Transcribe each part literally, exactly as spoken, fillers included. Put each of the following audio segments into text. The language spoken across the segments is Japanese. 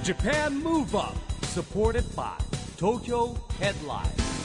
Japan Move Up supported by Tokyo Headline。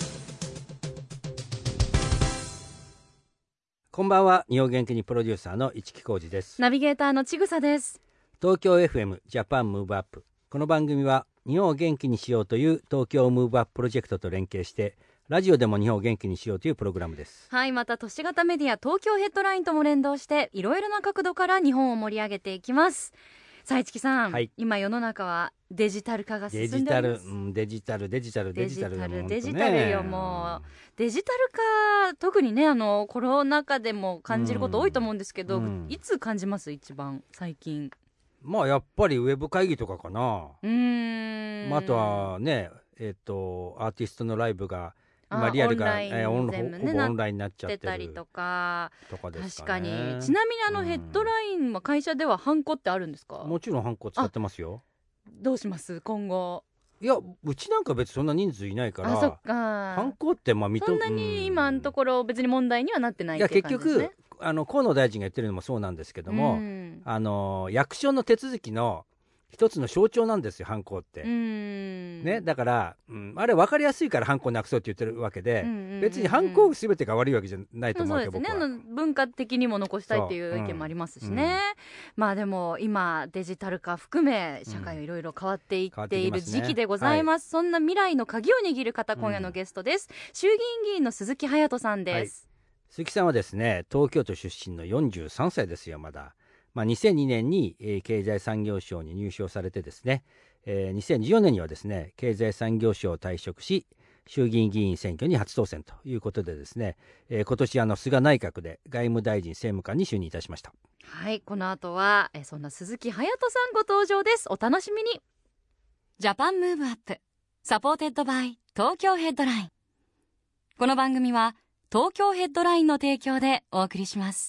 こんばんは。日本元気にプロデューサーの市木浩司です。 ナビゲーターのちぐさです。 東京 エフエム ジャパンムーブアップ。この番組は日本を元気にしようという東京ムーブアッププロジェクトと連携してラジオでも日本を元気にしようというプログラムです。 はい、また都市型メディア東京ヘッドラインとも連動していろいろな角度から日本を盛り上げていきます。さあ市木さん、はい、今世の中はデジタル化が進んでおります。 デジタル、うん、デジタルデジタルデジタルデジタル、 ね、 デジタルよ。もうデジタル化特にね、あのコロナ禍でも感じること多いと思うんですけど、うん、いつ感じます一番最近。 まあやっぱりウェブ会議とかかな。 うーん、 まあ、あとはね、えっとアーティストのライブが今リアルがオンライン、えー、オン全部、ね、ほぼオンラインになっちゃってるたりとか、 とかですかね。 確かに。ちなみにあのヘッドラインは会社ではハンコってあるんですか？ もちろんハンコ使ってますよ。 どうします今後？いや、うちなんか別にそんな人数いないから。 あ、そっか。 ハンコってまあ認そんなに今のところ別に問題にはなってないっていう感じですね。 いや結局あの河野大臣が言ってるのもそうなんですけども、うん、あの役所の手続きの一つの象徴なんですよハンコって、 うんね、だから、うん、あれ分かりやすいからハンコなくそうって言ってるわけで、うんうんうんうん、別にハンコ全てが悪いわけじゃないと思うけど、 そうですね、あの文化的にも残したいっていう意見もありますしね、うん、まあでも今デジタル化含め社会はいろいろ変わっていっている時期でございます、うん、そんな未来の鍵を握る方、今夜のゲストです、うん、衆議院議員の鈴木隼人さんです、 はい、鈴木さんはですね東京都出身のよんじゅうさんさいですよまだ。まあ、にせんにねんに、えー、経済産業省に入省されてですね、えー、にせんじゅうよねんにはですね経済産業省を退職し衆議院議員選挙に初当選ということでですね、えー、今年あの菅内閣で外務大臣政務官に就任いたしました。 はい、この後はえそんな鈴木隼人さんご登場です。お楽しみに。ジャパンムーブアップサポーテッドバイ東京ヘッドライン。この番組は東京ヘッドラインの提供でお送りします。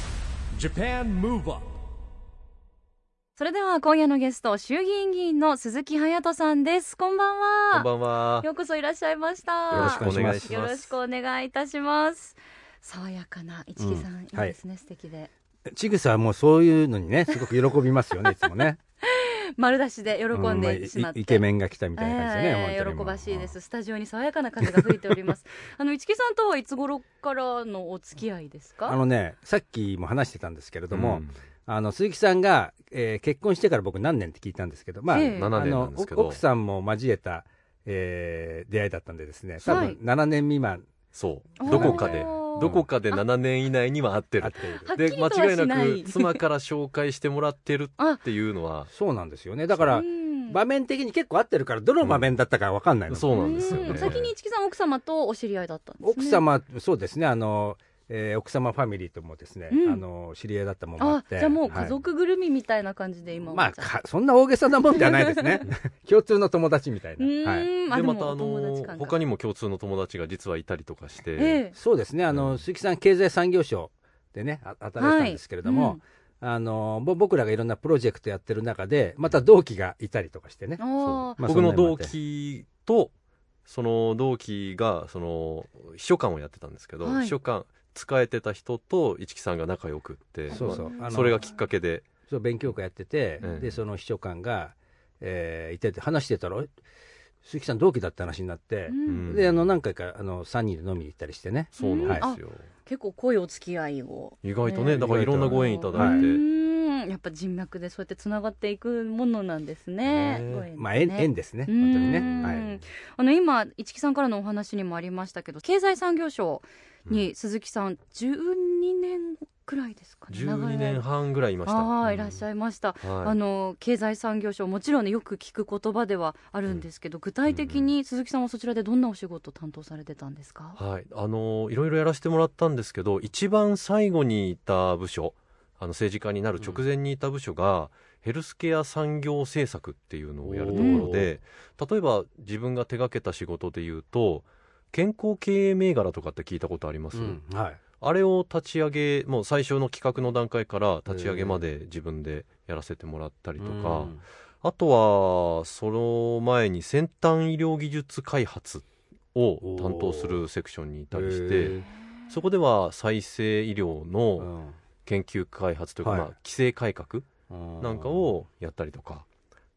Japan Move Up。 それでは今夜のゲスト衆議院議員の鈴木隼人さんです。こんばんは。 こんばんは。 ようこそいらっしゃいました。 よろしくお願いします。 よろしくお願いいたします。爽やかな市木さん、うん、いいですね、はい、素敵で。 ちぐさはもうそういうのにねすごく喜びますよねいつもね丸出しで喜んでしまって、うんまあ、 イケメンが来たみたいな感じでね、 えー、喜ばしいです。スタジオに爽やかな風が吹いておりますあの市木さんとはいつ頃からのお付き合いですか？ あのねさっきも話してたんですけれども、うん、あの鈴木さんが、えー、結婚してから僕何年って聞いたんですけど、まあ、 えー、ななねんなんですけど奥さんも交えた、えー、出会いだったんでですね多分ななねん未満、はい、 そうどこかでどこかでななねん以内には会ってるで間違いなく妻から紹介してもらってるっていうのはそうなんですよね。だから場面的に結構合ってるからどの場面だったか分かんないの、 うん、そうなんですよね。 先に市木さん奥様とお知り合いだったんですね。 奥様そうですねあのえー、奥様ファミリーともですね、うん、あの知り合いだったものもあって、 あじゃあもう家族ぐるみみたいな感じで今、 はい、まあそんな大げさなもんではないですね共通の友達みたいな、 はい、 でまたあの他にも共通の友達が実はいたりとかして、 えー、そうですねあの、うん、鈴木さん経済産業省でね働いてたんですけれども、はいうん、あの僕らがいろんなプロジェクトやってる中でまた同期がいたりとかしてね、 まあ、僕の同期とその同期がその秘書官をやってたんですけど、はい、秘書官使えてた人と市木さんが仲良くってそうそう、まあ、それがきっかけでそう勉強会やってて、うん、でその秘書官が、えー、いてて話してたら鈴木さん同期だった話になって、うん、であの何回かあのさんにんで飲みに行ったりしてね。 そうなんですよ、 はい、結構濃いお付き合いを意外とね、だからいろんなご縁いただいて、 うんやっぱ人脈でそうやってつながっていくものなんですね。 ねまあ、縁, 縁ですね本当にね、はい、 あの今市木さんからのお話にもありましたけど経済産業省に鈴木さんじゅうにねんくらいですかね。 じゅうにねんはんぐらいいました。 あ、うん、いらっしゃいました、はい、あの経済産業省もちろんねよく聞く言葉ではあるんですけど、うん、具体的に鈴木さんはそちらでどんなお仕事を担当されてたんですか？ はい、あのいろいろやらせてもらったんですけど一番最後にいた部署あの政治家になる直前にいた部署が、うん、ヘルスケア産業政策っていうのをやるところで、例えば自分が手掛けた仕事でいうと健康経営銘柄とかって聞いたことあります、 うんはい、 あれを立ち上げもう最初の企画の段階から立ち上げまで自分でやらせてもらったりとか、あとはその前に先端医療技術開発を担当するセクションにいたりして、そこでは再生医療の研究開発というか、まあ、規制改革なんかをやったりとか、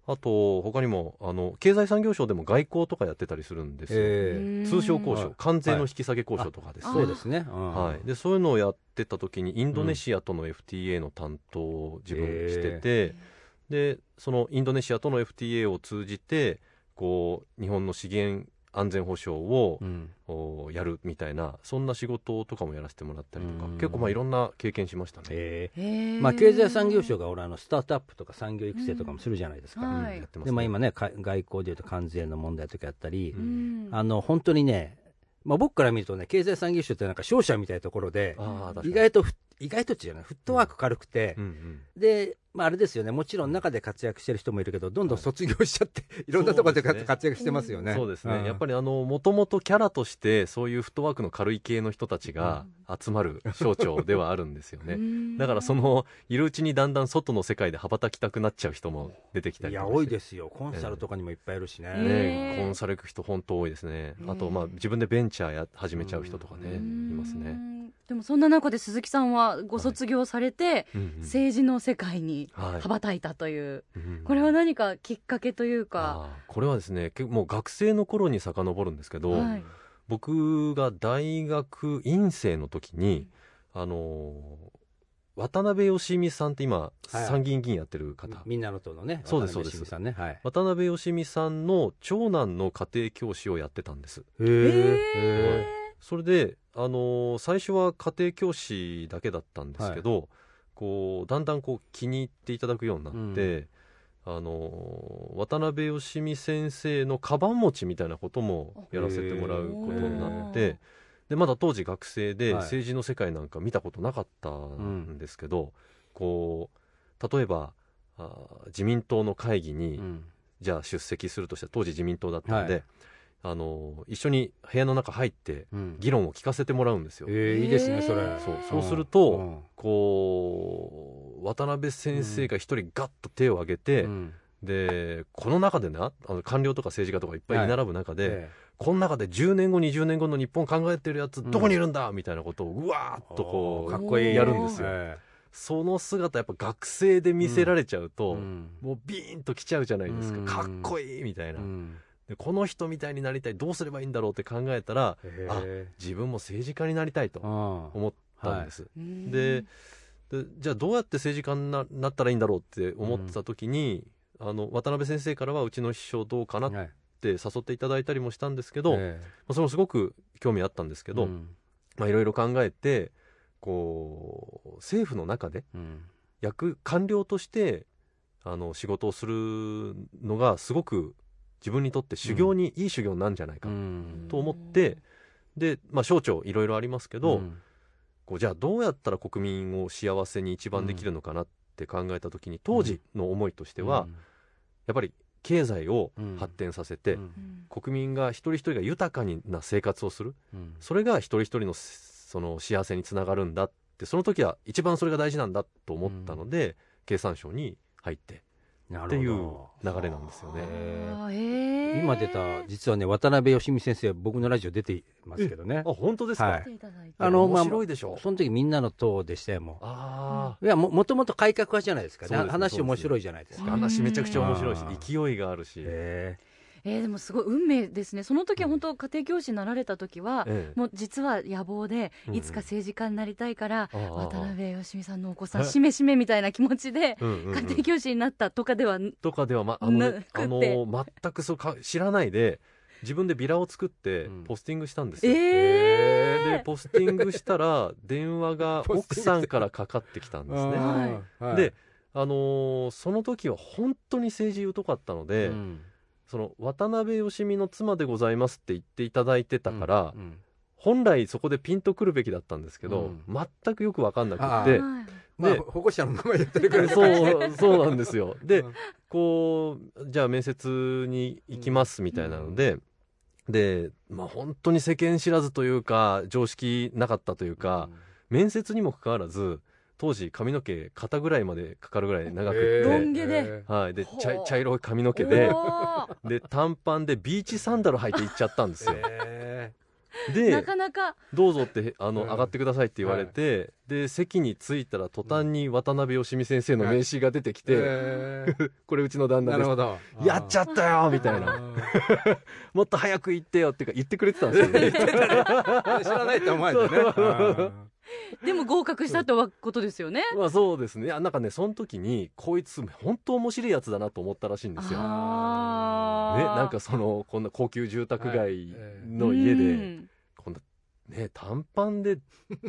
あと他にもあの経済産業省でも外交とかやってたりするんですよ、 え通商交渉、 はい関税の引き下げ交渉とかですね、 ーそうですね、うんはい、でそういうのをやってた時にインドネシアとの エフティーエー の担当を自分してて、でそのインドネシアとの エフティーエー を通じてこう日本の資源安全保障を、 うんおやるみたいなそんな仕事とかもやらせてもらったりとか、 うん結構まあいろんな経験しましたね、 えーへーまあ、経済産業省が俺あのスタートアップとか産業育成とかもするじゃないですか、 うんはいやってますねでまあ、今ねか外交でいうと関税の問題とかやったり、 うんあの本当にね、まあ、僕から見るとね経済産業省ってなんか商社みたいなところであー確かに意外とふ意外とっていうのはフットワーク軽くて、 うんうんで、まあ、あれですよね、もちろん中で活躍してる人もいるけどどんどん卒業しちゃって、い、ろんなところでそうですね活躍してますよね。 そうですね、 んやっぱりあのもともとキャラとしてそういうフットワークの軽い系の人たちが集まる省庁ではあるんですよね、だからそのいるうちにだんだん外の世界で羽ばたきたくなっちゃう人も出てきたいやりとかして多いですよ、コンサルとかにもいっぱいいるしね、 えーね、コンサル行く人本当多いですね、 ーあとまあ自分でベンチャーや始めちゃう人とかね、いうんますね、 でもそんな中で鈴木さんはご卒業されて、 うんうん政治の世界にはい羽ばたいたという、 うんこれは何かきっかけというか、 あーこれはですね結構もう学生の頃に遡るんですけど、 はい僕が大学院生の時に、あのー渡辺義美さんって今、 はい参議院議員やってる方、 みんなの党のね、 そうです渡辺晋美さんね、はい、 渡辺義美さんの長男の家庭教師をやってたんです。 へえそれで、あのー最初は家庭教師だけだったんですけど、こうだんだんこう気に入っていただくようになって、あのー渡辺義美先生のカバン持ちみたいなこともやらせてもらうことになっへて、でまだ当時学生ではい政治の世界なんか見たことなかったんですけど、こう例えばあー自民党の会議に、 うんじゃあ出席するとしたら当時自民党だったんで、 はいあの一緒に部屋の中入ってうん議論を聞かせてもらうんですよ。 えーいいですねそれ。 そうそうすると、 うんこう渡辺先生が一人ガッと手を挙げて、 うんでこの中でなあの官僚とか政治家とかいっぱい並ぶ中で、 えこの中でじゅうねんごにじゅうねんごの日本考えてるやつどこにいるんだ、みたいなことをうわーっとこうおーかっこいいやるんですよ。 えその姿やっぱ学生で見せられちゃうえと、 うんもうビーンときちゃうじゃないですか、 うんかっこいいみたいな、 うんでこの人みたいになりたい、どうすればいいんだろうって考えたら、 へあえ自分も政治家になりたいとうん思ったんです、 うんででじゃあどうやって政治家に な, なったらいいんだろうって思ってた時に、あの渡辺先生からはうちの秘書どうかなっはいて誘っていただいたりもしたんですけど、 えまあ、それもすごく興味あったんですけど、 えうんまあいろいろ考えてこう政府の中でうん役官僚としてあの仕事をするのがすごく自分にとって修行に、いい修行になるんじゃないかうんと思って、で、まあ、省庁いろいろありますけど、 うんこうじゃあどうやったら国民を幸せに一番できるのかなって考えた時に、当時の思いとしては、やっぱり経済を発展させて、 うんうん国民が一人一人が豊かな生活をする、 うんそれが一人一人のその幸せにつながるんだって、その時は一番それが大事なんだと思ったので、経産省に入ってなるほどっていう流れなんですよね。 へあーへー今出た実はね渡辺義美先生僕のラジオ出てますけどねあ、本当ですか、 はい来ていただいてあのまあ面白いでしょ。 その時みんなの党でしたよもあういやももともと改革派じゃないですかねそうです話面白いじゃないですあ、 か話めちゃくちゃ面白いしうん勢いがあるし、 へえーでもすごい運命ですね。その時は本当家庭教師になられた時は、 ええもう実は野望でうんうんいつか政治家になりたいから、 ああ渡辺義美さんのお子さんしめしめみたいな気持ちでうんうんうん家庭教師になったとかでは、 とかでは、ま、あのなね、 くてあの全くそうか知らないで自分でビラを作ってうんポスティングしたんですよ、 えーでポスティングしたら電話が奥さんからかかってきたんですね。 はいで、あのーその時は本当に政治疎かったので、 うんその渡辺義美の妻でございますって言っていただいてたから、 うん本来そこでピンとくるべきだったんですけど、全くよく分かんなくって、 はいまあで保護者のまま言ってるからそうそうなんですよ。で、 うんこうじゃあ面接に行きますみたいなので、で、まあ、本当に世間知らずというか常識なかったというか、面接にもかかわらず当時髪の毛肩ぐらいまでかかるぐらい長くって、 ロン毛ではい、でほう茶い茶色い髪の毛でおーで短パンでビーチサンダル履いて行っちゃったんですよ。 へでなかなかどうぞってあの、 うん上がってくださいって言われて、で席に着いたら途端に渡辺芳美先生の名刺が出てきて、 えーこれうちの旦那ですなるほど。 やっちゃったよみたいなもっと早く言ってよっていうか言ってくれてたんですよね知らないと思われてね。あでも合格したってことですよね。 まあそうですね。あなんかねその時にこいつ本当面白いやつだなと思ったらしいんですよ。ね、 あーなんかそのこんな高級住宅街はいの家で、 うんこんなね短パンで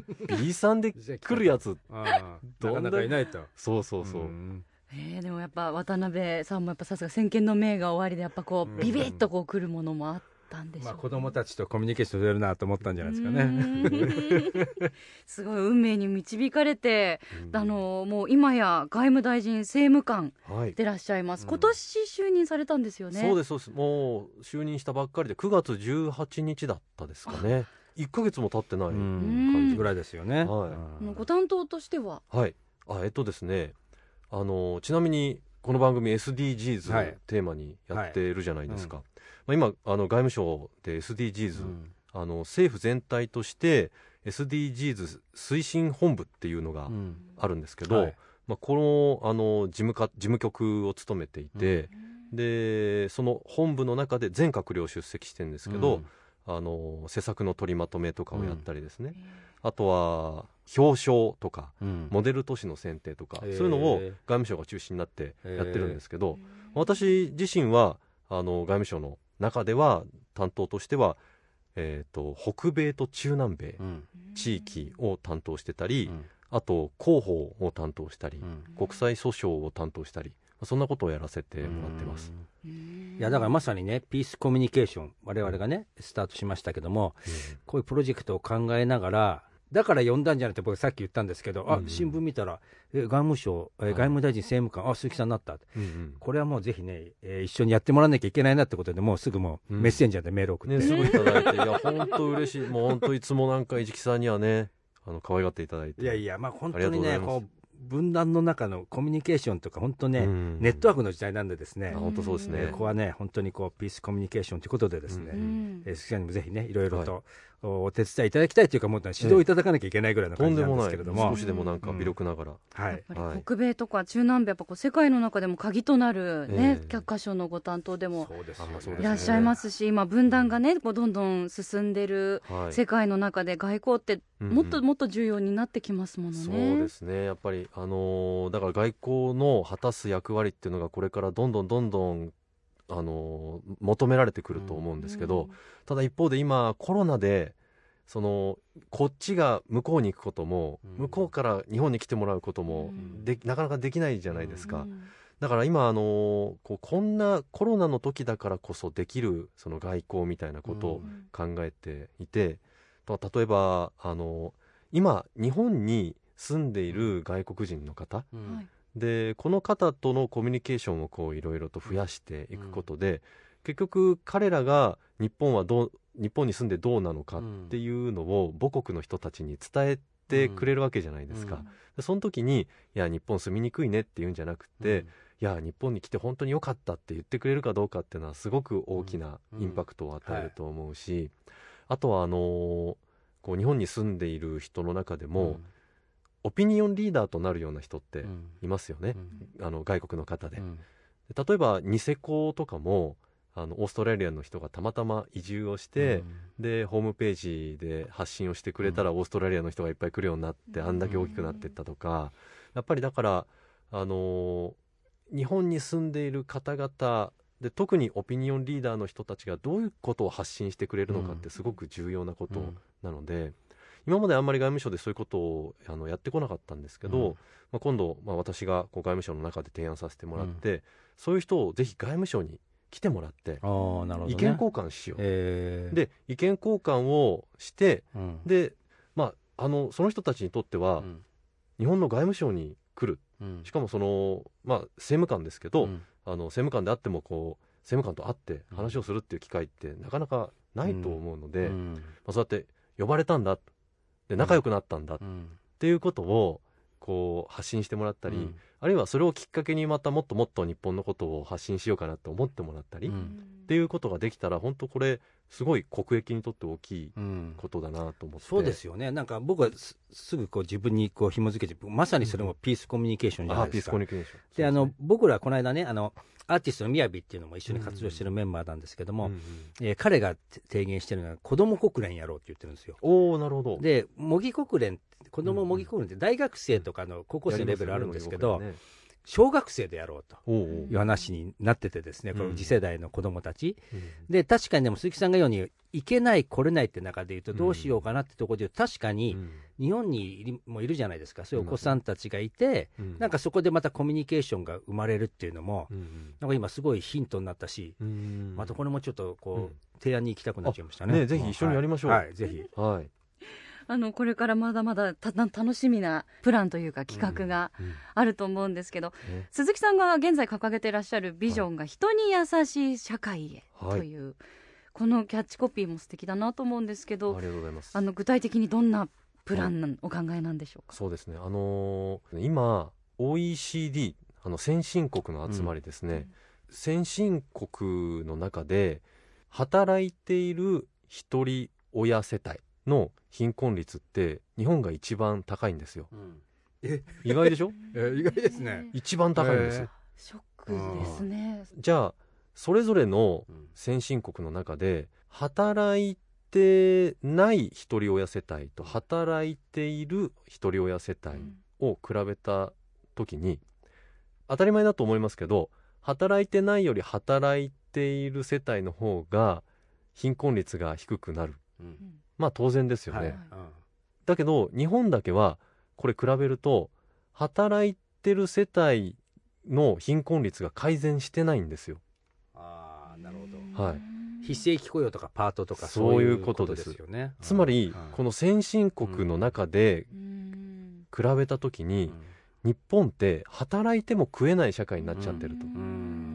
B さんで来るやつーあーなかなかいないと。 そうそうそう、 んえーでもやっぱ渡辺さんもやっぱさすが先見の明が終わりでやっぱこうんうビビッとこう来るものもあったんでしょうね。 まあ子供たちとコミュニケーション取れるなと思ったんじゃないですかね。 うーんすごい運命に導かれて、 うんあのもう今や外務大臣政務官はい、 でらっしゃいます、 うん今年就任されたんですよね。 そうですそうです。もう就任したばっかりでくがつじゅうはちにちだったですかね。いっかげつも経ってない、 うん感じぐらいですよね。 はいあのご担当としてははい、あえっとですねあのちなみにこの番組 エスディージーズ をはいテーマにやってるじゃないですか、 はまあ、今あの外務省で エスディージーズ、 うんあの政府全体として エスディージーズ 推進本部っていうのがうんあるんですけど、 はいまあ、このあの事務か事務局を務めていて、でその本部の中で全閣僚出席してるんですけど、あの施策の取りまとめとかをやったりですね、あとは表彰とかうんモデル都市の選定とか、 へーそういうのを外務省が中心になってやってるんですけど、私自身はあの外務省の中では担当としては、えー、と北米と中南米うん地域を担当してたり、 うんあと広報を担当したり、 うん国際訴訟を担当したり、そんなことをやらせてもらってます。 いやだからまさにねピースコミュニケーション我々がねスタートしましたけども、こういうプロジェクトを考えながらだから呼んだんじゃなくて僕さっき言ったんですけど、あうんうん新聞見たらえ外務省、えはい外務大臣政務官あ鈴木さんになった、 うんうんこれはもうぜひね、えー一緒にやってもらわなきゃいけないなってことでもうすぐもううんメッセンジャーでメール送って、 ね、すぐいただいて、いや本当嬉しい。もう本当いつもなんか市木さんにはね、あの可愛がっていただいて。 いやいやまあ本当にありがねとうございますこう分断の中のコミュニケーションとか本当ね、 うんネットワークの時代なんでですね、 あ本当そうですねえーここはね本当にこうピースコミュニケーションということでですね、 うんえー鈴木さんにもぜひねいろいろと、 はおお手伝いいただきたいというかもっと指導いただかなきゃいけないぐらいのと感じなんんでもない。 ですけれども、 少しでもなんか微力ながら。 はいやっぱりはい北米とか中南米やっぱこう世界の中でも鍵となる、ねええ教科書のご担当でもそうですよあそうですねいらっしゃいますし、今分断がねこうどんどん進んでるはい。 世界の中で外交ってうんうんもっともっと重要になってきますものね。 そうですね。やっぱりあのーだから外交の果たす役割っていうのがこれからどんどんどんどんあのー求められてくると思うんですけど、ただ一方で今コロナでそのこっちが向こうに行くことも、 うん向こうから日本に来てもらうこともうんでなかなかできないじゃないですか、 うんだから今あのーこうこんなコロナの時だからこそできるその外交みたいなことを考えていて、と例えばあの今日本に住んでいる外国人の方うんはいでこの方とのコミュニケーションをこういろいろと増やしていくことで、結局彼らが日本はどう日本に住んでどうなのかっていうのを母国の人たちに伝えてくれるわけじゃないですか、 うんでその時にいや日本住みにくいねっていうんじゃなくて、いや日本に来て本当に良かったって言ってくれるかどうかっていうのはすごく大きなインパクトを与えると思うし、あとはあのーこう日本に住んでいる人の中でも、オピニオンリーダーとなるような人ってうんいますよね、あの外国の方で、 うん例えばニセコとかもあのオーストラリアの人がたまたま移住をして、でホームページで発信をしてくれたら、オーストラリアの人がいっぱい来るようになって、あんだけ大きくなっていったとか、やっぱりだからあのー日本に住んでいる方々で特にオピニオンリーダーの人たちがどういうことを発信してくれるのかってすごく重要なことなので、今まであんまり外務省でそういうことをあのやってこなかったんですけど、 うんまあ、今度、まあ、私がこう外務省の中で提案させてもらって、そういう人をぜひ外務省に来てもらってあーなるほどね意見交換しよう、 えーで意見交換をしてうんで、まあ、あのその人たちにとっては、 うん日本の外務省に来る、 うんしかもその、まあ、政務官ですけど、 うんあの政務官であってもこう政務官と会って話をするっていう機会ってなかなかないと思うので、 うんまあ、そうやって呼ばれたんだで仲良くなったんだっうんていうことをこう発信してもらったり、 うんあるいはそれをきっかけにまたもっともっと日本のことを発信しようかなと思ってもらったり、 うんっていうことができたら本当これすごい国益にとって大きいことだなと思って、うん、 そうですよね。なんか僕は す, すぐこう自分にこう紐付けて、まさにそれもピースコミュニケーションじゃないですか。 あ、ピースコミュニケーションで、 ね、あの僕らこの間ね、あのアーティストのみやびっていうのも一緒に活動してるメンバーなんですけども、うんうん、えー、彼が提言してるのは子ども国連やろうって言ってるんですよ。 おお、なるほど。 で模擬国連、子ども模擬国連って大学生とかの高校生レベルあるんですけど、ね、小学生でやろうという話になっててですね、この次世代の子どもたち、うん、で確かにでも鈴木さんが言うように行けない来れないって中で言うとどうしようかなってところで言うと、確かに日本にもいるじゃないですか、そういうお子さんたちがいて、うん、なんかそこでまたコミュニケーションが生まれるっていうのも、うん、なんか今すごいヒントになったし、うん、またこれもちょっとこう、うん、提案に行きたくなっちゃいました ね, ねぜひ一緒にやりましょう、 はいはい、ぜひ、 はい、 あのこれからまだまだた楽しみなプランというか企画があると思うんですけど、うんうん、鈴木さんが現在掲げていらっしゃるビジョンが人に優しい社会へという、はい、このキャッチコピーも素敵だなと思うんですけど、 ありがとうございます。 あの具体的にどんなプラン、はい、お考えなんでしょうか。 そうですね、あのー、今 オーイーシーディー あの先進国の集まりですね、うん、先進国の中で働いている一人親世帯の貧困率って日本が一番高いんですよ、うん、え意外でしょえ意外ですね。 一番高いんです、えー、 ショックですね。 じゃあそれぞれの先進国の中で働いてない一人親世帯と働いている一人親世帯を比べた時に、当たり前だと思いますけど、働いてないより働いている世帯の方が貧困率が低くなる、うん、まあ当然ですよね、はい、うん、だけど日本だけはこれ比べると働いてる世帯の貧困率が改善してないんですよ。 ああ、なるほど、 はい、 非正規雇用とかパートとかそういうことですよね。つまり、うん、この先進国の中で比べた時に、うん、日本って働いても食えない社会になっちゃってると、うん、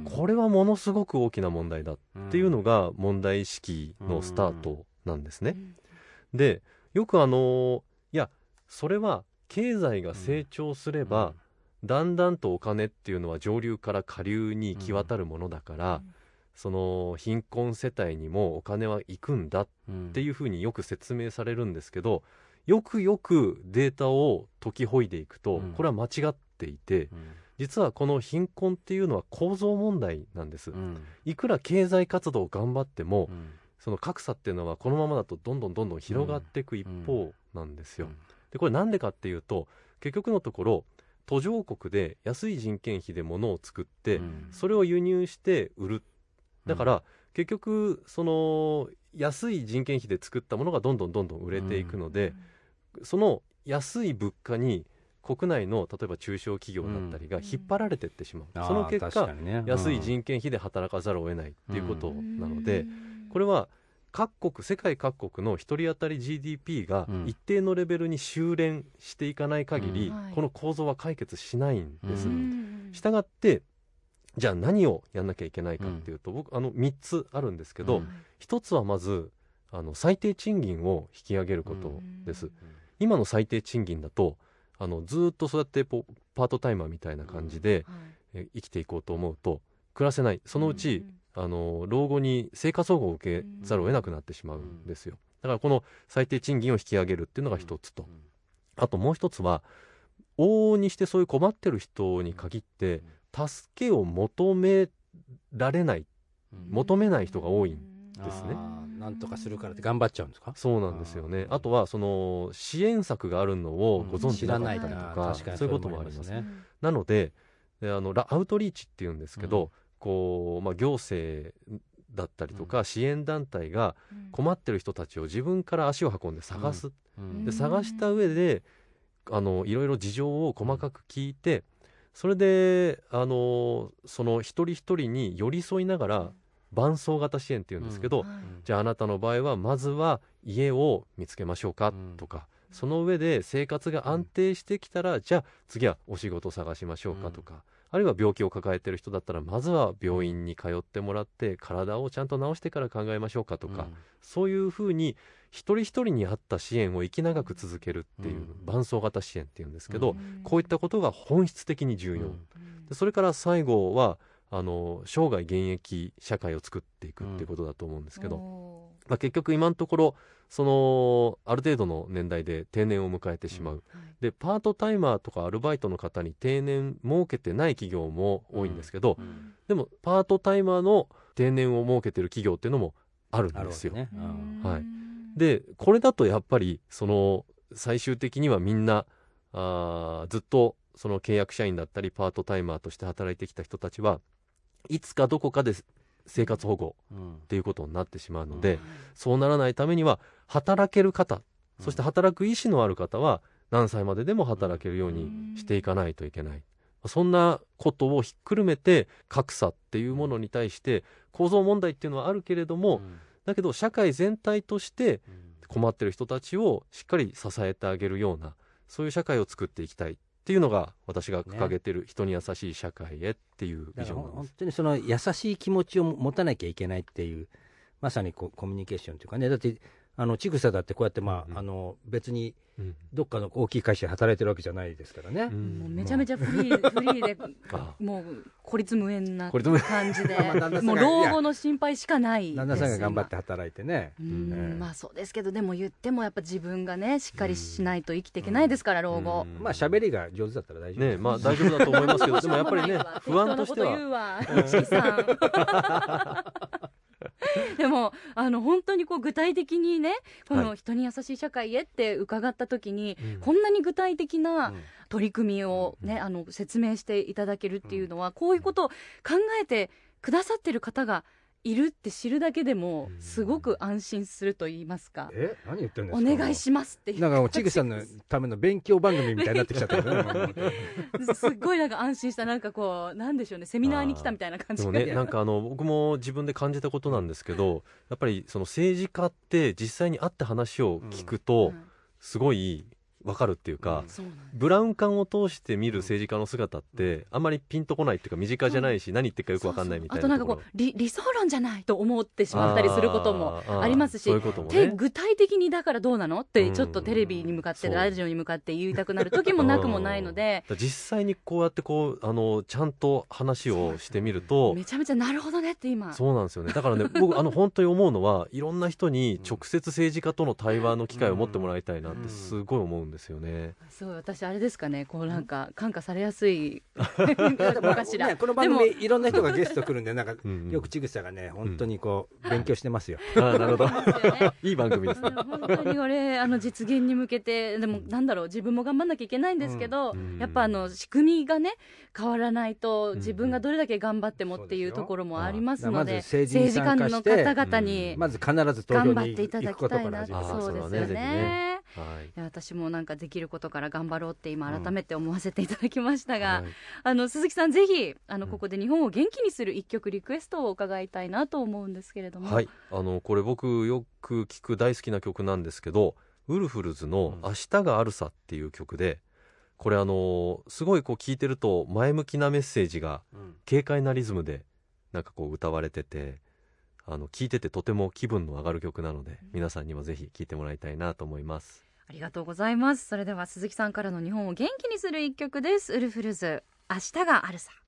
これはものすごく大きな問題だっていうのが問題意識のスタートなんですね、うん、でよくあのいやそれは経済が成長すれば、うん、だんだんとお金っていうのは上流から下流に行き渡るものだから、うん、その貧困世帯にもお金は行くんだっていうふうによく説明されるんですけど、よくよくデータを解きほいでいくと、うん、これは間違っていて、うん、実はこの貧困っていうのは構造問題なんです、うん、いくら経済活動を頑張っても、うん、その格差っていうのはこのままだとどんどんどんどん広がっていく一方なんですよ、うんうん、でこれなんでかっていうと、結局のところ途上国で安い人件費で物を作って、うん、それを輸入して売る。だから、うん、結局その安い人件費で作ったものがどんどんどんどん売れていくので、うん、その安い物価に国内の例えば中小企業だったりが引っ張られていってしまう、うん、その結果、ね、安い人件費で働かざるを得ないっていうことなので、うん、これは各国世界各国の一人当たり ジーディーピー が一定のレベルに修練していかない限り、うん、この構造は解決しないんです、うん、したがってじゃあ何をやんなきゃいけないかっていうと、うん、僕あのみっつあるんですけど、うん、ひとつはまずあの最低賃金を引き上げることです、うん、今の最低賃金だとあのずっとそうやってポパートタイマーみたいな感じで、うんはい、え生きていこうと思うと暮らせない。そのうち、うん、あの老後に生活保護を受けざるを得なくなってしまうんですよ。だからこの最低賃金を引き上げるっていうのが一つと、あともう一つは往々にしてそういう困ってる人に限って助けを求められない、求めない人が多いんですね。 なんとかするからって頑張っちゃうんですか。 そうなんですよね。 あ, あとはその支援策があるのをご存知なかったりとか、うん、そういうこともありますね。なのであのアウトリーチっていうんですけど、うん、こうまあ、行政だったりとか、うん、支援団体が困ってる人たちを自分から足を運んで探す、うん、で探した上であのいろいろ事情を細かく聞いて、それであのその一人一人に寄り添いながら伴走型支援っていうんですけど、うんはい、じゃああなたの場合はまずは家を見つけましょうかとか、うん、その上で生活が安定してきたら、うん、じゃあ次はお仕事を探しましょうかとか、うん、あるいは病気を抱えている人だったらまずは病院に通ってもらって体をちゃんと治してから考えましょうかとか、うん、そういうふうに一人一人に合った支援を生き長く続けるっていう、うん、伴走型支援っていうんですけど、うん、こういったことが本質的に重要、うん、でそれから最後はあの生涯現役社会を作っていくっていうことだと思うんですけど、まあ、結局今のところそのある程度の年代で定年を迎えてしまう、うんはい、でパートタイマーとかアルバイトの方に定年設けてない企業も多いんですけど、うんうん、でもパートタイマーの定年を設けてる企業っていうのもあるんですよ、ねはい、でこれだとやっぱりその最終的にはみんなあずっとその契約社員だったりパートタイマーとして働いてきた人たちはいつかどこかで生活保護っていうことになってしまうので、うん、そうならないためには働ける方、うん、そして働く意思のある方は何歳まででも働けるようにしていかないといけない、うん、そんなことをひっくるめて格差っていうものに対して構造問題っていうのはあるけれども、うん、だけど社会全体として困ってる人たちをしっかり支えてあげるようなそういう社会を作っていきたいっていうのが私が掲げてる人に優しい社会へっていうビジョンなんです。 本当にその優しい気持ちを持たなきゃいけないっていうまさにこうコミュニケーションというかね。だってあのちぐさだってこうやって、まあうん、あの別にどっかの大きい会社で働いてるわけじゃないですからね、うん、 もうめちゃめちゃフリー、まあ、フリーでもう孤立無縁な感じでもう老後の心配しかないです。 旦那さんが頑張って働いてね、 うん、えー、まあそうですけどでも言ってもやっぱ自分がねしっかりしないと生きていけないですから、うん、老後、 うん、まあ喋りが上手だったら大丈夫ね、まあ大丈夫だと思いますけどでもやっぱりね不安としてはでもあの本当にこう具体的にねこの人に優しい社会へって伺った時に、はい、こんなに具体的な取り組みを、ね、うん、あの説明していただけるっていうのは、うん、こういうことを考えてくださってる方がいるって知るだけでもすごく安心すると言いますか、 え何言ってるんですか、 お願いしますっていう、 なんかちぐさんのための勉強番組みたいになってきちゃったよねすっごいなんか安心した、なんかこうなんでしょうね、セミナーに来たみたいな感じが、 ね、なんかあの僕も自分で感じたことなんですけど、やっぱりその政治家って実際に会って話を聞くとすごい分かるっていうか、うん、ブラウン管を通して見る政治家の姿ってあんまりピンとこないっていうか身近じゃないし、うん、何言ってるかよく分かんないみたいな。 そうそう、あとなんかこう 理, 理想論じゃないと思ってしまったりすることもありますし、 そういうこともね、 具体的にだからどうなのってちょっとテレビに向かって、うん、ラジオに向かって言いたくなる時もなくもないので実際にこうやってこうあのちゃんと話をしてみるとめちゃめちゃなるほどねって今そうなんですよね。だからね僕あの本当に思うのはいろんな人に直接政治家との対話の機会を持ってもらいたいなってすごい思うんですよね。 そう私あれですかね、こうなんか感化されやすいのかしら、 ね、この番組いろんな人がゲスト来るんでなんかよくちぐさがね本当にこう勉強してますよ、 うん、あなるほどいい番組ですね。 本当にこれあの実現に向けてでもなんだろう自分も頑張んなきゃいけないんですけど、うん、やっぱあの仕組みがね変わらないと自分がどれだけ頑張ってもっていうところもありますので、うん、まず政治家の方々にまず必ず投票に行くことから始める。 そうですよね。はい、私もなんかできることから頑張ろうって今改めて思わせていただきましたが、うんはい、あの鈴木さんぜひあのここで日本を元気にする一曲リクエストを伺いたいなと思うんですけれども、 はい、あのこれ僕よく聞く大好きな曲なんですけどウルフルズの明日があるさっていう曲で、これあのすごいこう聞いてると前向きなメッセージが軽快なリズムでなんかこう歌われてて、あの聞いててとても気分の上がる曲なので皆さんにもぜひ聴いてもらいたいなと思います。 ありがとうございます。それでは鈴木さんからの日本を元気にする一曲です。ウルフルズ明日があるさ。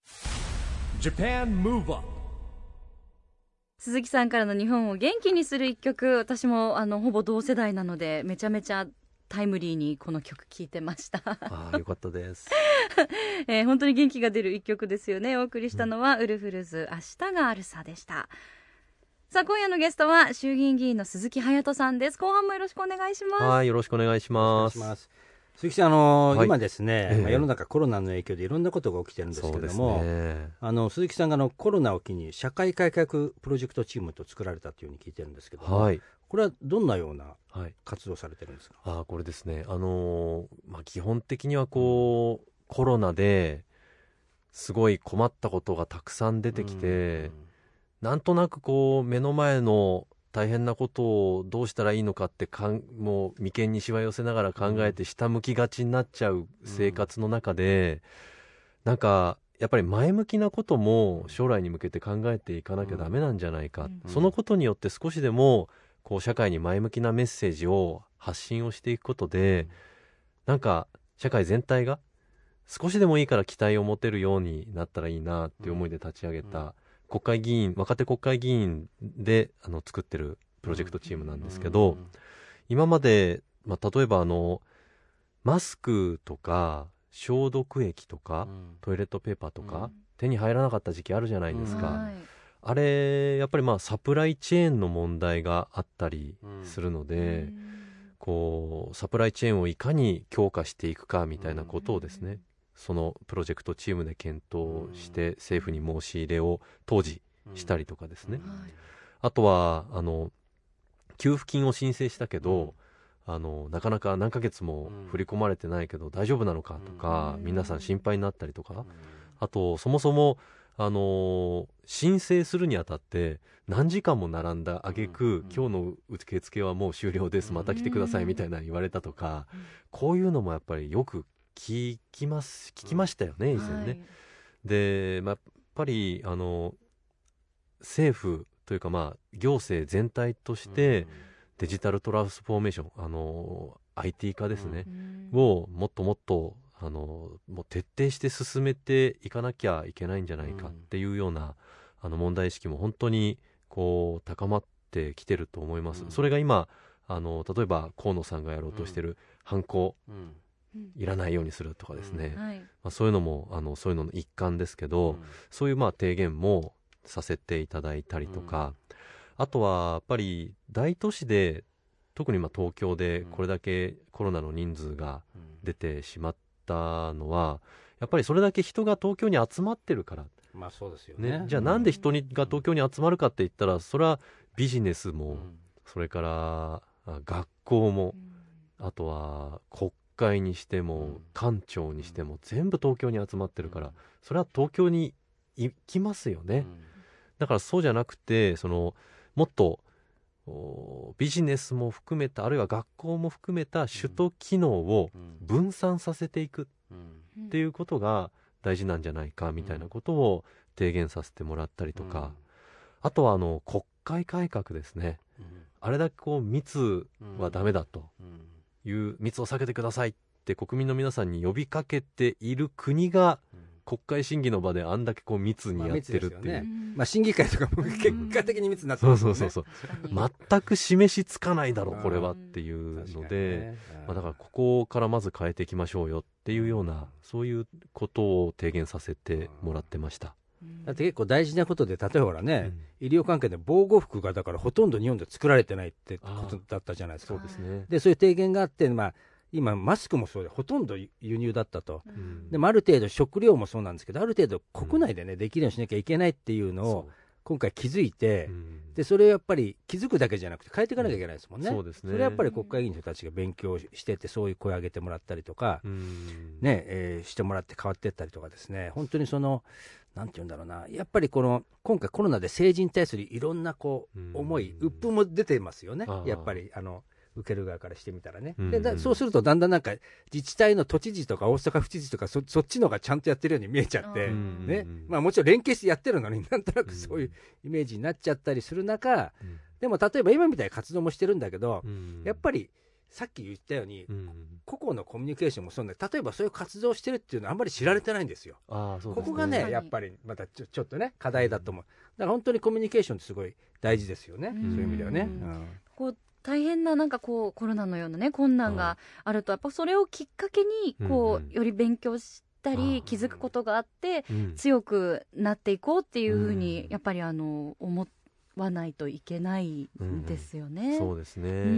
Japan Move Up。 鈴木さんからの日本を元気にする一曲、私もあのほぼ同世代なのでめちゃめちゃタイムリーにこの曲聴いてましたああよかったです、 えー、本当に元気が出る一曲ですよね。お送りしたのは、うん、ウルフルズ明日があるさでした。さあ今夜のゲストは衆議院議員の鈴木隼人さんです。後半もよろしくお願いします。 はい、よろしくお願いします。 鈴木さん、あのーはい、今ですね、えーまあ、世の中コロナの影響でいろんなことが起きてるんですけれども、ね、あの鈴木さんがあのコロナを機に社会改革プロジェクトチームと作られたというふうに聞いてるんですけども、はい、これはどんなような活動をされてるんですか？ はい、あこれですね、あのーまあ、基本的にはこう、うん、コロナですごい困ったことがたくさん出てきて、うんなんとなくこう目の前の大変なことをどうしたらいいのかってかんもう眉間にしわ寄せながら考えて下向きがちになっちゃう生活の中で、うん、なんかやっぱり前向きなことも将来に向けて考えていかなきゃダメなんじゃないか、うん、そのことによって少しでもこう社会に前向きなメッセージを発信をしていくことで、うん、なんか社会全体が少しでもいいから期待を持てるようになったらいいなっていう思いで立ち上げた国会議員、若手国会議員であの作ってるプロジェクトチームなんですけど、今まで、まあ、例えばあのマスクとか消毒液とか、トイレットペーパーとか、手に入らなかった時期あるじゃないですか、 はい、 あれやっぱりまあサプライチェーンの問題があったりするので、こうサプライチェーンをいかに強化していくかみたいなことをですね、そのプロジェクトチームで検討して政府に申し入れを当時したりとかですね、あとはあの給付金を申請したけど、あのなかなか何ヶ月も振り込まれてないけど大丈夫なのかとか、皆さん心配になったりとか、あとそもそもあの申請するにあたって何時間も並んだ挙句、今日の受付はもう終了です、また来てくださいみたいな言われたとか、こういうのもやっぱりよく聞きます聞きましたよね、以前ね、はい、で、まあ、やっぱりあの政府というか、まあ、行政全体としてデジタルトランスフォーメーション、あの アイティー 化ですね、をもっともっとあのもう徹底して進めていかなきゃいけないんじゃないかっていうような、あの問題意識も本当にこう高まってきてると思います、うん、それが今あの例えば河野さんがやろうとしてるハンコ、うんいらないようにするとかですね、うんはいまあ、そういうのもあのそういうのの一環ですけど、うん、そういうまあ提言もさせていただいたりとか、うん、あとはやっぱり大都市で特にまあ東京でこれだけコロナの人数が出てしまったのはやっぱりそれだけ人が東京に集まってるから、 まあそうですよね、 ねじゃあなんで人にが東京に集まるかって言ったら、それはビジネスも、うん、それから学校も、うん、あとは国国会にしても官庁にしても全部東京に集まってるから、それは東京に行きますよね、だからそうじゃなくて、そのもっとビジネスも含めた、あるいは学校も含めた首都機能を分散させていくっていうことが大事なんじゃないかみたいなことを提言させてもらったりとか、あとはあの国会改革ですね、あれだけこう密はダメだという密を避けてくださいって国民の皆さんに呼びかけている国が、国会審議の場であんだけこう密にやってるっていう、まあねまあ、審議会とかも結果的に密になってますもんね、 そうそうそうそう全く示しつかないだろうこれはっていうので、ねまあ、だからここからまず変えていきましょうよっていうような、そういうことを提言させてもらってました。 だって結構大事なことで、例えばほらね、うん、医療関係で防護服がだからほとんど日本で作られてないってことだったじゃないですか。 そうですね。 でそういう提言があって、まあ、今マスクもそうでほとんど輸入だったと、うん、でもある程度食料もそうなんですけど、ある程度国内でね、うん、できるようにしなきゃいけないっていうのを今回気づいて、うん、でそれをやっぱり気づくだけじゃなくて変えていかなきゃいけないですもんね、うん、そうですね。それはやっぱり国会議員の人たちが勉強してて、そういう声を上げてもらったりとか、うんねえー、してもらって変わっていったりとかですね、本当にそのなんていうんだろうな、やっぱりこの今回コロナで政治に対するいろんなこう思い、鬱憤も出てますよね、やっぱりあの受ける側からしてみたらね、でだそうするとだんだんなんか自治体の都知事とか大阪府知事とか そ, そっちのがちゃんとやってるように見えちゃって、ねまあ、もちろん連携してやってるのになんとなくそういうイメージになっちゃったりする中、でも例えば今みたいな活動もしてるんだけど、やっぱりさっき言ったように、うん、個々のコミュニケーションもそうなんだ、例えばそういう活動をしてるっていうのはあんまり知られてないんですよ。あそうですね、ここがねやっぱりまたち ょ, ちょっとね課題だと思う。だから本当にコミュニケーションってすごい大事ですよね、うん、そういう意味ではね、うん、 こう大変ななんかこうコロナのようなね困難があると、やっぱそれをきっかけにこう、うん、より勉強したり気づくことがあって、うん、強くなっていこうっていうふうにやっぱりあの思ってはないといけないんですよね、 うん、そうですね、うん、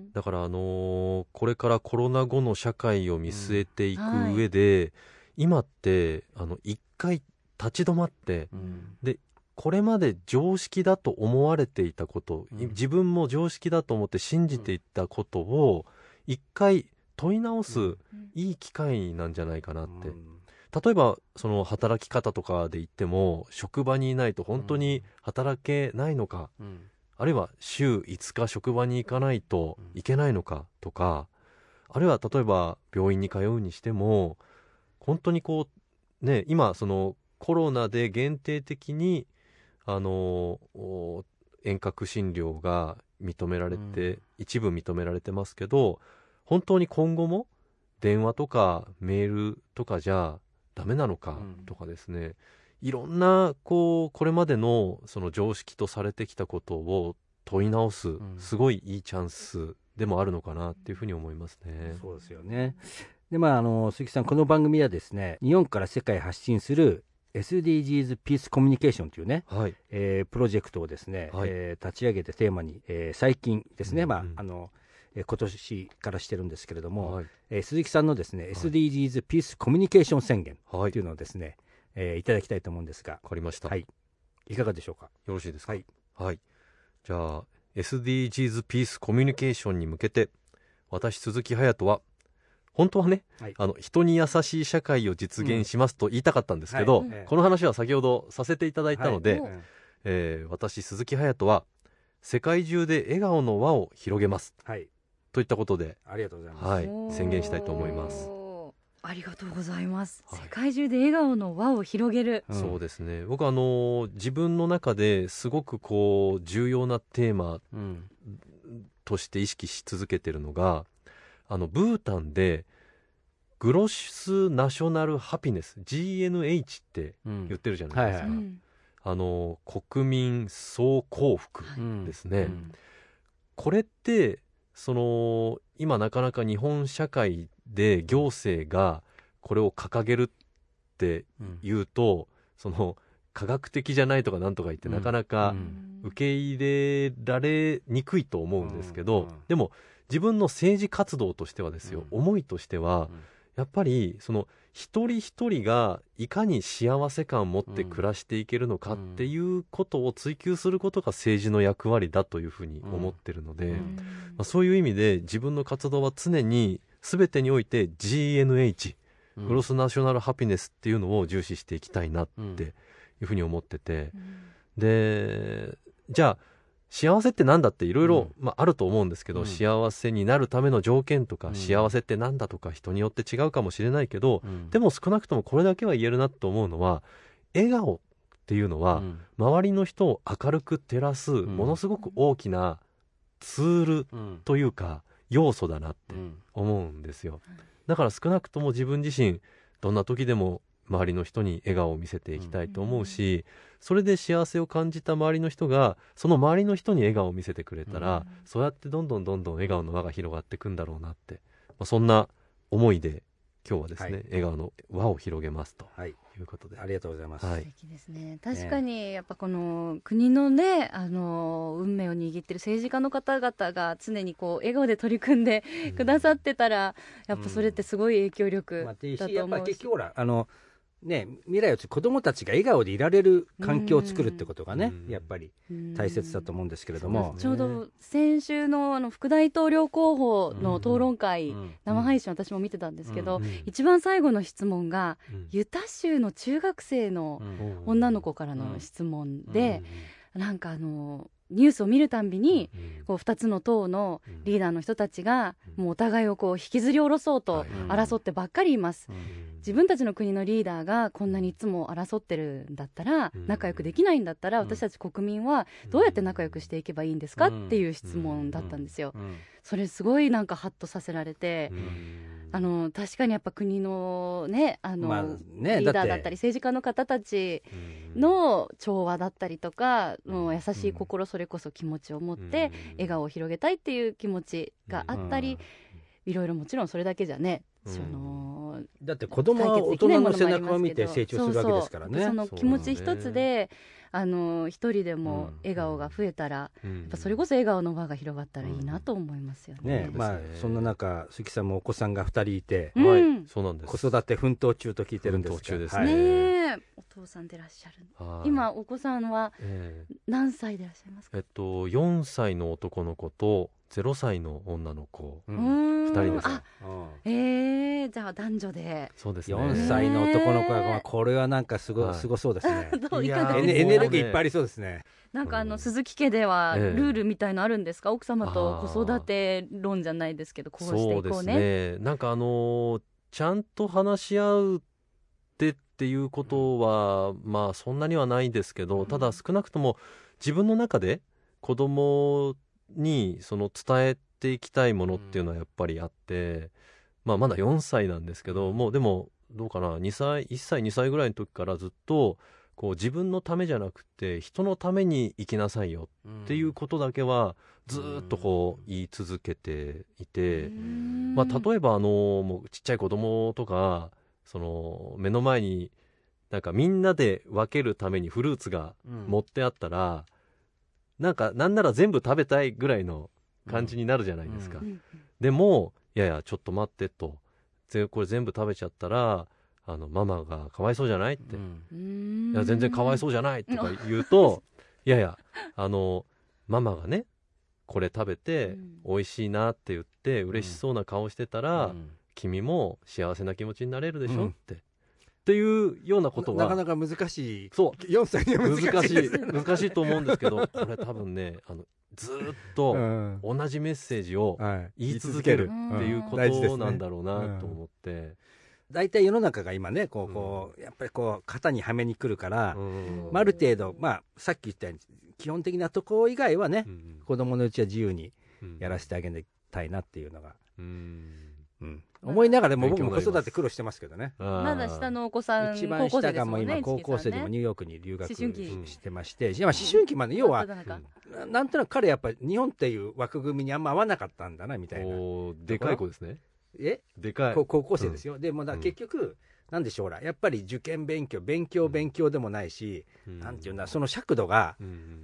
だからあのー、これからコロナ後の社会を見据えていく上で、うんはい、今ってあの一回立ち止まって、うん、でこれまで常識だと思われていたこと、うん、自分も常識だと思って信じていたことを一回問い直す、うん、いい機会なんじゃないかなって、うん例えばその働き方とかで言っても、職場にいないと本当に働けないのか、うん、あるいは週いつか職場に行かないといけないのかとか、あるいは例えば病院に通うにしても本当にこうね、今そのコロナで限定的にあの遠隔診療が認められて、うん、一部認められてますけど、本当に今後も電話とかメールとかじゃダメなのかうんとかですね、いろんなこうこれまでのその常識とされてきたことを問い直す、 んすごいいいチャンスでもあるのかなっていうふうに思いますね。 そうですよね。でまああの鈴木さん、この番組はですね、日本から世界へ発信する エスディージーズ ピースコミュニケーションというね、 はい、 えープロジェクトをですね、 はいえー立ち上げてテーマに、えー最近ですね、 うんうんまああのえー今年からしてるんですけれども、 はい、 えー鈴木さんのですね、エスディージーズ ピースコミュニケーション宣言はい、 というのをですね、えーいただきたいと思うんですが、 わかりました、 はい、いかがでしょうか。 よろしいですか。 はい、 はい、じゃあ エスディージーズ ピースコミュニケーションに向けて、私鈴木隼人は本当はね、 はいあの人に優しい社会を実現しますと言いたかったんですけど、 うんはいこの話は先ほどさせていただいたので、 はいえー私鈴木隼人は世界中で笑顔の輪を広げますはい、 といったことで、 ありがとうございます。 はいおー宣言したいと思います。 ありがとうございます、 はい世界中で笑顔の輪を広げる。 うんそうですね、僕はあの自分の中ですごくこう重要なテーマうんとして意識し続けてるのが、あのブータンでグロスナショナルハピネス ジーエヌエイチ ってうん言ってるじゃないですか、 はいはいうんあの国民総幸福うんですね、 うんこれってその今なかなか日本社会で行政がこれを掲げるってうん言うと、その科学的じゃないとかなんとか言ってうんなかなかうん受け入れられにくいと思うんですけど、 うんでも自分の政治活動としてはですよ、 うん思いとしてはうんやっぱりその一人一人がいかに幸せ感を持って暮らしていけるのかっていうことを追求することが政治の役割だというふうに思ってるので、 うんまあ、そういう意味で自分の活動は常に全てにおいて ジーエヌエイチ、 うんグロスナショナルハピネスっていうのを重視していきたいなっうんていうふうに思ってて、 うんでじゃあ幸せってなんだっていろいろまああると思うんですけど、 うん幸せになるための条件とか、 うん幸せってなんだとか人によって違うかもしれないけど、 うんでも少なくともこれだけは言えるなと思うのは、笑顔っていうのは、 うん周りの人を明るく照らすんものすごく大きなツールうんというか要素だなってうん思うんですよ。だから少なくとも自分自身どんな時でも周りの人に笑顔を見せていきたいと思うし、それで幸せを感じた周りの人がその周りの人に笑顔を見せてくれたら、 うんそうやってどんどんどんどん笑顔の輪が広がっていくんだろうなって、まあ、そんな思いで今日はですね、 はい笑顔の輪を広げますとはい、 いうことで、 ありがとうございます。 はい素敵ですね。確かにやっぱこの国のね、あの運命を握ってる政治家の方々が常にこう笑顔で取り組んでくださってたら、やっぱそれってすごい影響力まあ、 だでしと思うしやっぱり結、局ほらあのね、未来を子どもたちが笑顔でいられる環境を作るってことがね、 うんやっぱりうん大切だと思うんですけれども、 ちょうど先週のあの副大統領候補の討論会、 うん生配信私も見てたんですけど、 うんうん一番最後の質問がうんユタ州の中学生のうん女の子からの質問で、なんかあのニュースを見るたんびに、 うんこうふたつの党のリーダーの人たちが、もうお互いをこう引きずり下ろそうとはい争ってばっかりいます、 うん自分たちの国のリーダーがこんなにいつも争ってるんだったら、 うん仲良くできないんだったら、 うん私たち国民はどうやって仲良くしていけばいいんですか、 うんっていう質問だったんですよ、 うんそれすごいなんかハッとさせられて、 うんあの確かにやっぱ国のねあの、 まあねリーダーだってだったり政治家の方たちうんの調和だったりとか、 うんもう優しい心、それこそ気持ちを持って笑顔を広げたいっていう気持ちがあったり、いろいろもちろんそれだけじゃね、 うんそのだって子供は大人の背中を見て成長するわけですからね。 そうそうその気持ち一つで、あの一人でも笑顔が増えたら、 うんやっぱそれこそ笑顔の輪が広がったらいいなと思いますよね。 ねまあそんな中鈴木さんもお子さんがふたりいて、 うんはい、そうなんです。 子育て奮闘中と聞いてるんですが、 奮闘中ですはいねえ、お父さんでいらっしゃる。 はい今お子さんはえー何歳でいらっしゃいますか？ えっとよんさいの男の子とゼロさいの女の子、 ううんん二人です。 あ、 うんえー、じゃあ男女で。 そうですね。 よんさいの男の子が、 ねまあこれはなんかすご,、 はいすごそうですね。 どういいやーかがですか？ エネエネルギーいっぱいありそうですね。 なんかあのうん鈴木家ではええルールみたいのあるんですか？奥様とあー子育て論じゃないですけど、こうしてそですいうこうね。 ね。なんかあのーちゃんと話し合うってっていうことは、まあそんなにはないですけど、ただ少なくとも自分の中で子供にその伝えていきたいものっていうのはやっぱりあって、 まあ、まだよんさいなんですけど、もうでもどうかな、にさいいっさいにさいぐらいの時からずっとこう自分のためじゃなくて人のために生きなさいよっていうことだけはずーっとこう言い続けていて、まあ、例えばあのもうちっちゃい子供とかその目の前になんかみんなで分けるためにフルーツが持ってあったら、なんかなんなら全部食べたいぐらいの感じになるじゃないですか、 うん、 でもいやいやちょっと待ってと、ぜこれ全部食べちゃったらあのママがかわいそうじゃないって、 うん、 いや全然かわいそうじゃないとか言うといやいやあのママがねこれ食べて美味しいなって言って嬉しそうな顔してたら、うん、君も幸せな気持ちになれるでしょ、うん、ってっていうようなことはな, なかなか難しい。 そうよんさいには難しい難しい難しいと思うんですけど、これ多分ねあのずっと同じメッセージを言い続けるっていうことなんだろうなと思って、 大体世の中が今ねこうこう、うん、やっぱりこう型にはめに来るから、うん、まあ、ある程度、まあ、さっき言ったように基本的なところ以外はね、うん、子供のうちは自由にやらせてあげたいなっていうのが、うんうん、思いながらも僕も子育て苦労してますけどね。 まだ下のお子さん一番下がもう今高校生でもニューヨークに留学してまして、思春期まで要はなんとなく彼やっぱり日本っていう枠組みにあんま合わなかったんだなみたいな。 でかい子ですね。 えでかい高校生ですよ、うん、でもだ結局、うん、なんでしょうほらやっぱり受験勉強勉強勉強でもないし、うん、なんていうんだその尺度が、うん、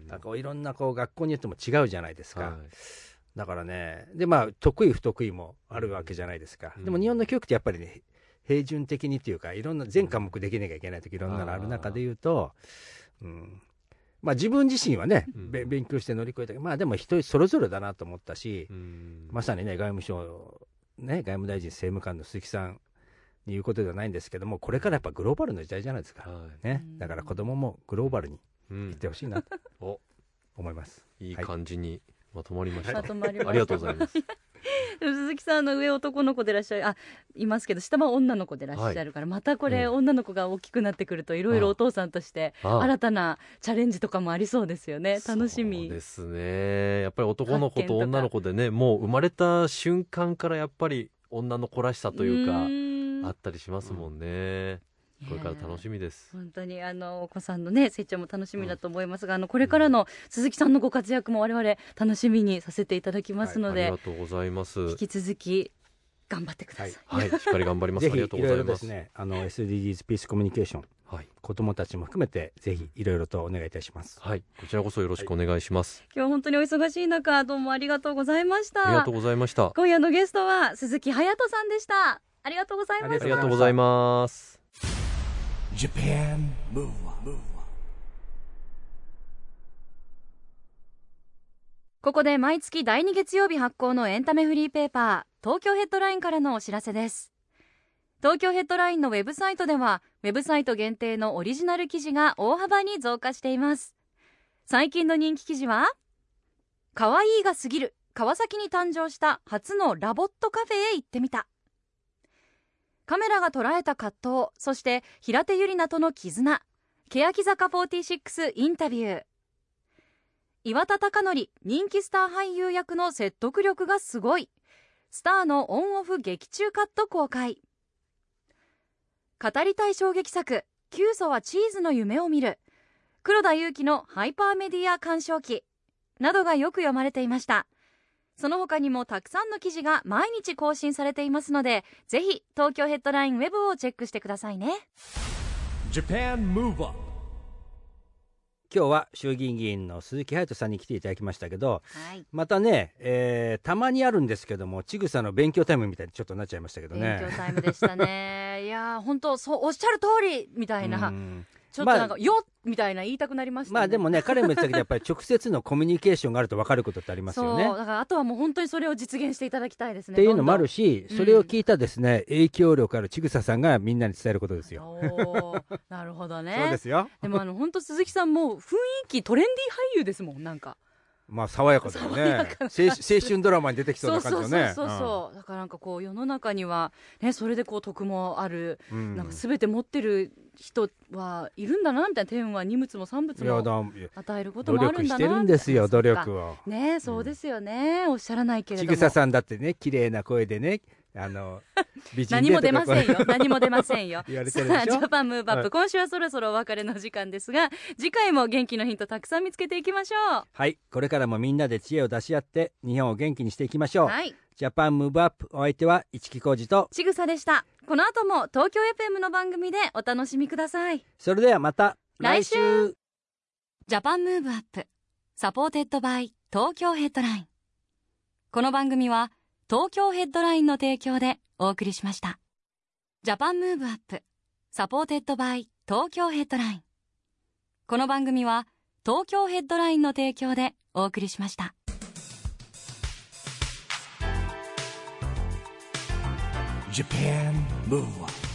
なんかいろんなこう学校によっても違うじゃないですか、はい、だからねでまあ得意不得意もあるわけじゃないですか、うん、でも日本の教育ってやっぱりね平準的にというかいろんな全科目できなきゃいけない時いろんなのある中で言うと、うんまあ、自分自身はね、うん、勉強して乗り越えたけどまあでも一人それぞれだなと思ったし、うん、まさにね外務省ね、外務大臣政務官の鈴木さんに言うことではないんですけどもこれからやっぱグローバルの時代じゃないですか、はいね、だから子供もグローバルにいってほしいなと思います、 うん、いい感じにまとまりました、 はい、まとまりましたありがとうございます鈴木さんの上男の子でいらっしゃるあいますけど下は女の子でいらっしゃるから、はい、またこれ、うん、女の子が大きくなってくるといろいろお父さんとして新たなチャレンジとかもありそうですよね。楽しみ。 そうですね。やっぱり男の子と女の子でねもう生まれた瞬間からやっぱり女の子らしさというかあったりしますもんね、うん、これから楽しみです。 本当にあのお子さんのね成長も楽しみだと思いますが、うん、あのこれからの鈴木さんのご活躍も我々楽しみにさせていただきますので、 はい、ありがとうございます。 引き続き頑張ってください。 はい、はい、しっかり頑張ります。 ぜひありがとうございます。 いろいろですね、あの エスディージーズ ピースコミュニケーション、はい、子どもたちも含めてぜひいろいろとお願いいたします。 はい、こちらこそよろしくお願いします。 はい、今日本当にお忙しい中どうもありがとうございました。 ありがとうございました。 今夜のゲストは鈴木隼人さんでした。ありがとうございました。 ありがとうございます。 Japan Move Up。 ここで毎月だいに月曜日発行のエンタメフリーペーパー東京ヘッドラインからのお知らせです。東京ヘッドラインのウェブサイトではウェブサイト限定のオリジナル記事が大幅に増加しています。最近の人気記事は可愛いが過ぎる川崎に誕生した初のラボットカフェへ行ってみた、カメラが捉えた葛藤、そして平手友梨奈との絆、欅坂フォーティーシックスインタビュー、岩田貴則人気スター俳優役の説得力がすごい、スターのオンオフ劇中カット公開、語りたい衝撃作キュウソはチーズの夢を見る、黒田祐樹のハイパーメディア鑑賞記などがよく読まれていました。その他にもたくさんの記事が毎日更新されていますので、ぜひ東京ヘッドラインウェブをチェックしてくださいね。 Japan Move Up。 今日は衆議院議員の鈴木隼人さんに来ていただきましたけど、 はい、 またね、えー、たまにあるんですけどもちぐさの勉強タイムみたいにちょっとなっちゃいましたけどね。 勉強タイムでしたねいや本当そうおっしゃる通りみたいな、ちょっとなんか、まあ、よっみたいな言いたくなりましたね。 まあでもね彼も言ってたけどやっぱり直接のコミュニケーションがあると分かることってありますよね。 そうだからあとはもう本当にそれを実現していただきたいですね。 っていうのもあるし、それを聞いたですね、うん、影響力あるちぐささんがみんなに伝えることですよ。 おなるほどね。 そうですよ。 でもあの本当鈴木さんも雰囲気トレンディー俳優ですもん。なんかまあ爽やかだよね。青春ドラマに出てきそうな感じだね。 そうそうそうそう、うん、だからなんかこう世の中にはねそれでこう徳もある、うん、なんか全て持ってる人はいるんだなみたいな、天は二物も三物も与えることもあるんだな。 努力してるんですよ、努力をね。そうですよね、うん、おっしゃらないけれどもちぐささんだってね綺麗な声でねあの美人何も出でとかませんよ何も出ませんよ言われてるでしょ。 さあジャパンムーブアップ、 はい今週はそろそろお別れの時間ですが、次回も元気のヒントたくさん見つけていきましょう。 はい、これからもみんなで知恵を出し合って日本を元気にしていきましょう。 はい、 ジャパンムーブアップ、お相手は市木浩二と、 ちぐさでした。この後も東京 エフエム の番組でお楽しみください。 それではまた来週。 来週ジャパンムーブアップサポーテッドバイ東京ヘッドライン。この番組は東京ヘッドラインの提供でお送りしました。ジャパンムーブアップサポーテッドバイ東京ヘッドライン。この番組は東京ヘッドラインの提供でお送りしました。 Japan Move Up